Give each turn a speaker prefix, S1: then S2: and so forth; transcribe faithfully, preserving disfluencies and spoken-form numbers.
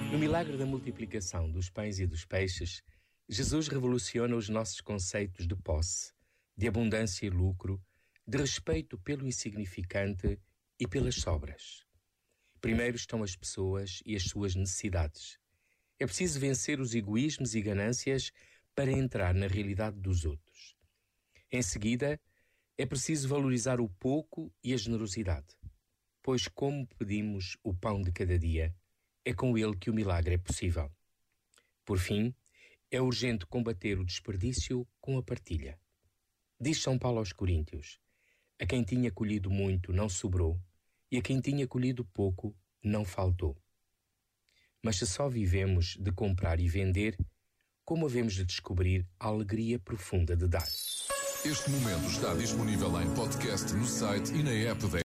S1: No milagre da multiplicação dos pães e dos peixes, Jesus revoluciona os nossos conceitos de posse, de abundância e lucro, de respeito pelo insignificante e pelas sobras. Primeiro estão as pessoas e as suas necessidades. É preciso vencer os egoísmos e ganâncias para entrar na realidade dos outros. Em seguida, é preciso valorizar o pouco e a generosidade, pois como pedimos o pão de cada dia, é com ele que o milagre é possível. Por fim, é urgente combater o desperdício com a partilha. Diz São Paulo aos Coríntios: a quem tinha colhido muito não sobrou, e a quem tinha colhido pouco não faltou. Mas se só vivemos de comprar e vender, como havemos de descobrir a alegria profunda de dar?
S2: Este momento está disponível em podcast no site e na app da